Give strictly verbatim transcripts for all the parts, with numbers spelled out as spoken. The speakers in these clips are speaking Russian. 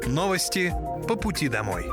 Новости по пути домой.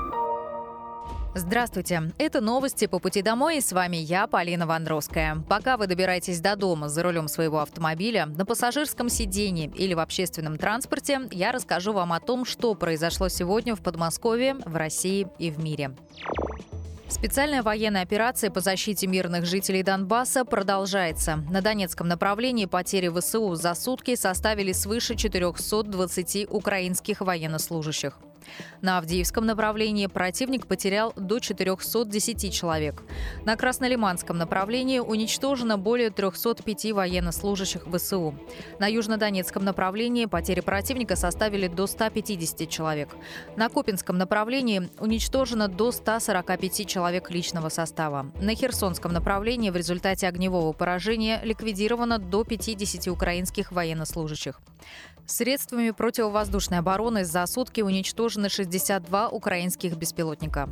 Здравствуйте, это новости по пути домой, и с вами я, Полина Вандровская. Пока вы добираетесь до дома за рулем своего автомобиля, на пассажирском сидении или в общественном транспорте, я расскажу вам о том, что произошло сегодня в Подмосковье, в России и в мире. Специальная военная операция по защите мирных жителей Донбасса продолжается. На Донецком направлении потери ВСУ за сутки составили свыше четырехсот двадцати украинских военнослужащих. На Авдеевском направлении противник потерял до четырехсот десяти человек. На Краснолиманском направлении уничтожено более трехсот пяти военнослужащих ВСУ. На Южнодонецком направлении потери противника составили до ста пятидесяти человек. На Купинском направлении уничтожено до ста сорока пяти человек личного состава. На Херсонском направлении в результате огневого поражения ликвидировано до пятидесяти украинских военнослужащих. Средствами противовоздушной обороны за сутки уничтожены шестьдесят два украинских беспилотника.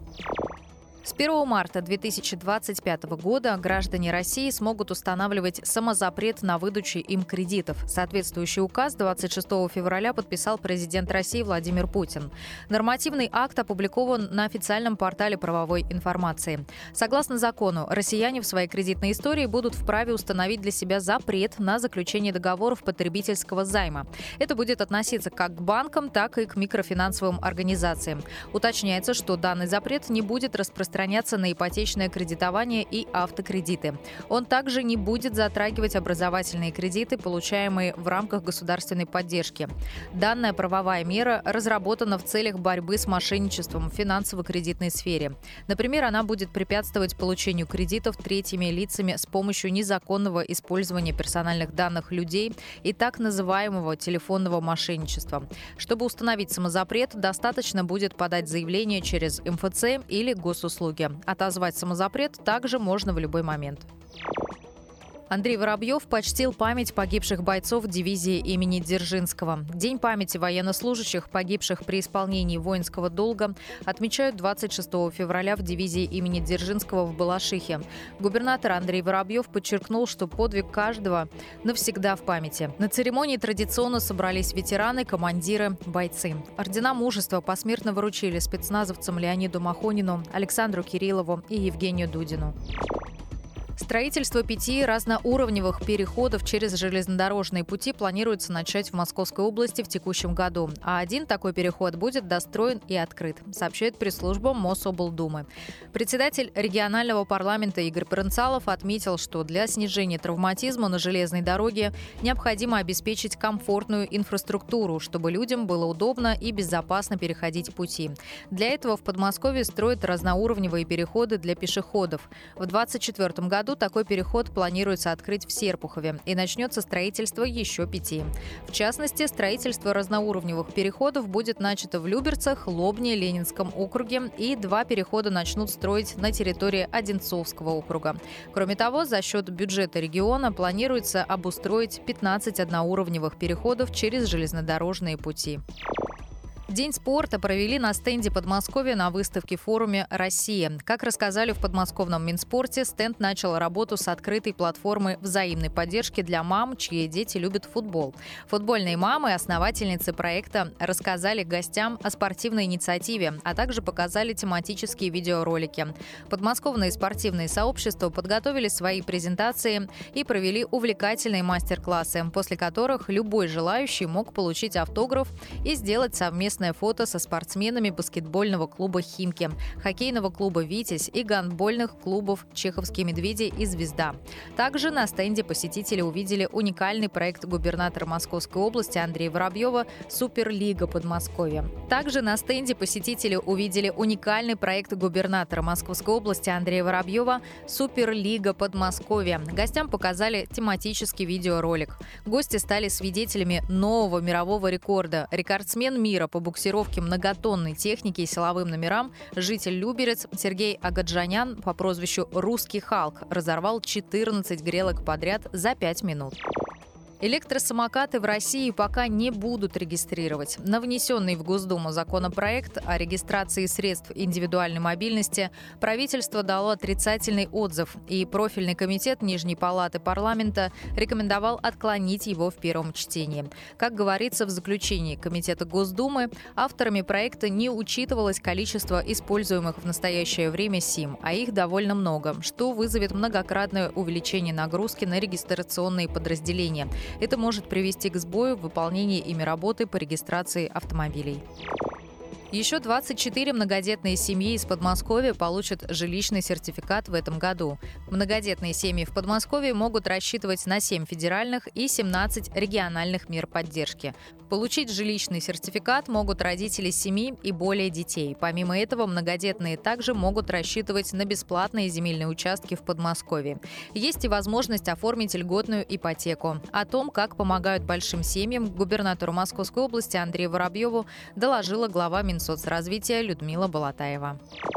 С первого марта две тысячи двадцать пятого года граждане России смогут устанавливать самозапрет на выдачу им кредитов. Соответствующий указ двадцать шестого февраля подписал президент России Владимир Путин. Нормативный акт опубликован на официальном портале правовой информации. Согласно закону, россияне в своей кредитной истории будут вправе установить для себя запрет на заключение договоров потребительского займа. Это будет относиться как к банкам, так и к микрофинансовым организациям. Уточняется, что данный запрет не будет распространяться на ипотечное кредитование и автокредиты. Он также не будет затрагивать образовательные кредиты, получаемые в рамках государственной поддержки. Данная правовая мера разработана в целях борьбы с мошенничеством в финансово-кредитной сфере. Например, она будет препятствовать получению кредитов третьими лицами с помощью незаконного использования персональных данных людей и так называемого телефонного мошенничества. Чтобы установить самозапрет, достаточно будет подать заявление через эм эф цэ или госуслуги. Отозвать самозапрет также можно в любой момент. Андрей Воробьев почтил память погибших бойцов дивизии имени Дзержинского. День памяти военнослужащих, погибших при исполнении воинского долга, отмечают двадцать шестого февраля в дивизии имени Дзержинского в Балашихе. Губернатор Андрей Воробьев подчеркнул, что подвиг каждого навсегда в памяти. На церемонии традиционно собрались ветераны, командиры, бойцы. Ордена мужества посмертно вручили спецназовцам Леониду Махонину, Александру Кириллову и Евгению Дудину. Строительство пяти разноуровневых переходов через железнодорожные пути планируется начать в Московской области в текущем году. А один такой переход будет достроен и открыт, сообщает пресс-служба Мособлдумы. Председатель регионального парламента Игорь Паранцалов отметил, что для снижения травматизма на железной дороге необходимо обеспечить комфортную инфраструктуру, чтобы людям было удобно и безопасно переходить пути. Для этого в Подмосковье строят разноуровневые переходы для пешеходов. В две тысячи двадцать четвёртом году такой переход планируется открыть в Серпухове, и начнется строительство еще пяти. В частности, строительство разноуровневых переходов будет начато в Люберцах, Лобне, Ленинском округе, и два перехода начнут строить на территории Одинцовского округа. Кроме того, за счет бюджета региона планируется обустроить пятнадцать одноуровневых переходов через железнодорожные пути. День спорта провели на стенде Подмосковья на выставке-форуме «Россия». Как рассказали в подмосковном Минспорте, стенд начал работу с открытой платформы взаимной поддержки для мам, чьи дети любят футбол. Футбольные мамы, основательницы проекта, рассказали гостям о спортивной инициативе, а также показали тематические видеоролики. Подмосковные спортивные сообщества подготовили свои презентации и провели увлекательные мастер-классы, после которых любой желающий мог получить автограф и сделать совместно фото со спортсменами баскетбольного клуба «Химки», хоккейного клуба «Витязь» и гандбольных клубов «Чеховские медведи» и «Звезда». Также на стенде посетители увидели уникальный проект губернатора Московской области Андрея Воробьева «Суперлига Подмосковья». Также на стенде посетители увидели уникальный проект губернатора Московской области Андрея Воробьева «Суперлига Подмосковья». Гостям показали тематический видеоролик. Гости стали свидетелями нового мирового рекорда. Рекордсмен мира по буксировке многотонной техники и силовым номерам, житель Люберец Сергей Агаджанян по прозвищу «Русский Халк» разорвал четырнадцать грелок подряд за пять минут. Электросамокаты в России пока не будут регистрировать. На внесенный в Госдуму законопроект о регистрации средств индивидуальной мобильности правительство дало отрицательный отзыв, и профильный комитет Нижней палаты парламента рекомендовал отклонить его в первом чтении. Как говорится в заключении Комитета Госдумы, авторами проекта не учитывалось количество используемых в настоящее время СИМ, а их довольно много, что вызовет многократное увеличение нагрузки на регистрационные подразделения. Это может привести к сбою в выполнении ими работы по регистрации автомобилей. Еще двадцать четыре многодетные семьи из Подмосковья получат жилищный сертификат в этом году. Многодетные семьи в Подмосковье могут рассчитывать на семь федеральных и семнадцать региональных мер поддержки. Получить жилищный сертификат могут родители семи и более детей. Помимо этого, многодетные также могут рассчитывать на бесплатные земельные участки в Подмосковье. Есть и возможность оформить льготную ипотеку. О том, как помогают большим семьям, губернатору Московской области Андрею Воробьеву доложила глава Минсоцразвития Людмила Болотаева.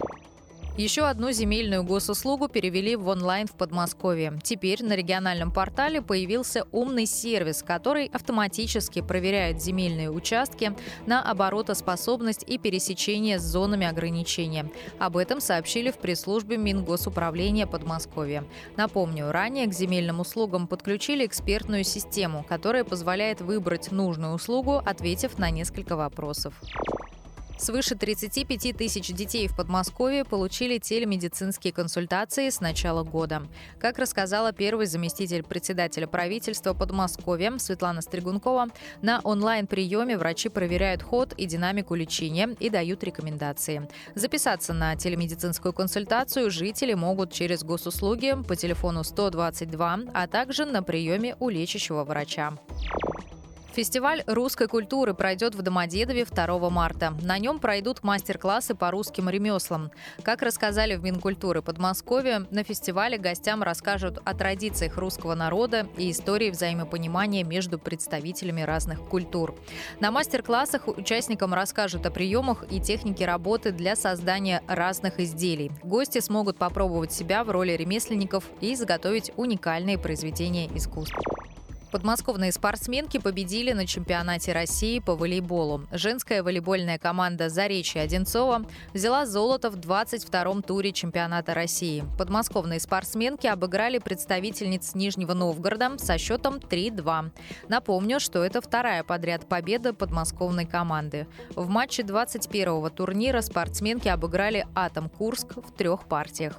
Еще одну земельную госуслугу перевели в онлайн в Подмосковье. Теперь на региональном портале появился умный сервис, который автоматически проверяет земельные участки на оборотоспособность и пересечение с зонами ограничения. Об этом сообщили в пресс-службе Мингосуправления Подмосковья. Напомню, ранее к земельным услугам подключили экспертную систему, которая позволяет выбрать нужную услугу, ответив на несколько вопросов. Свыше тридцати пяти тысяч детей в Подмосковье получили телемедицинские консультации с начала года. Как рассказала первый заместитель председателя правительства Подмосковья Светлана Стригункова, на онлайн-приеме врачи проверяют ход и динамику лечения и дают рекомендации. Записаться на телемедицинскую консультацию жители могут через госуслуги по телефону сто двадцать два, а также на приеме у лечащего врача. Фестиваль русской культуры пройдет в Домодедове второго марта. На нем пройдут мастер-классы по русским ремеслам. Как рассказали в Минкультуры Подмосковья, на фестивале гостям расскажут о традициях русского народа и истории взаимопонимания между представителями разных культур. На мастер-классах участникам расскажут о приемах и технике работы для создания разных изделий. Гости смогут попробовать себя в роли ремесленников и изготовить уникальные произведения искусства. Подмосковные спортсменки победили на чемпионате России по волейболу. Женская волейбольная команда «Заречье» Одинцова взяла золото в двадцать втором туре чемпионата России. Подмосковные спортсменки обыграли представительниц Нижнего Новгорода со счетом три-два. Напомню, что это вторая подряд победа подмосковной команды. В матче двадцать первого турнира спортсменки обыграли «Атом Курск» в трех партиях.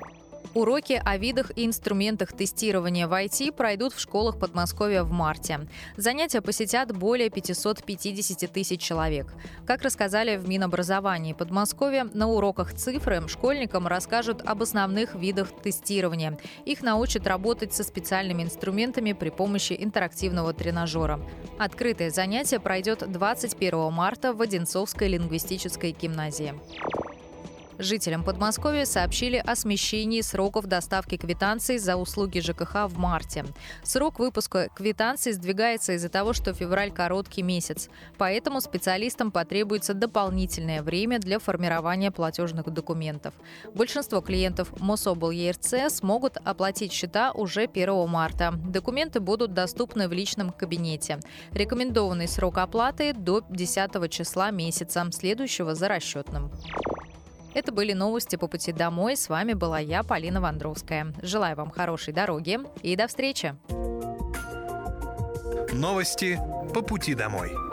Уроки о видах и инструментах тестирования в ай ти пройдут в школах Подмосковья в марте. Занятия посетят более пятьсот пятьдесят тысяч человек. Как рассказали в Минобразовании Подмосковья, на уроках цифры школьникам расскажут об основных видах тестирования. Их научат работать со специальными инструментами при помощи интерактивного тренажера. Открытое занятие пройдет двадцать первого марта в Одинцовской лингвистической гимназии. Жителям Подмосковья сообщили о смещении сроков доставки квитанций за услуги ЖКХ в марте. Срок выпуска квитанций сдвигается из-за того, что февраль – короткий месяц. Поэтому специалистам потребуется дополнительное время для формирования платежных документов. Большинство клиентов Мособл ЕРЦ смогут оплатить счета уже первого марта. Документы будут доступны в личном кабинете. Рекомендованный срок оплаты – до десятого числа месяца, следующего за расчетным. Это были новости по пути домой. С вами была я, Полина Вандровская. Желаю вам хорошей дороги и до встречи. Новости по пути домой.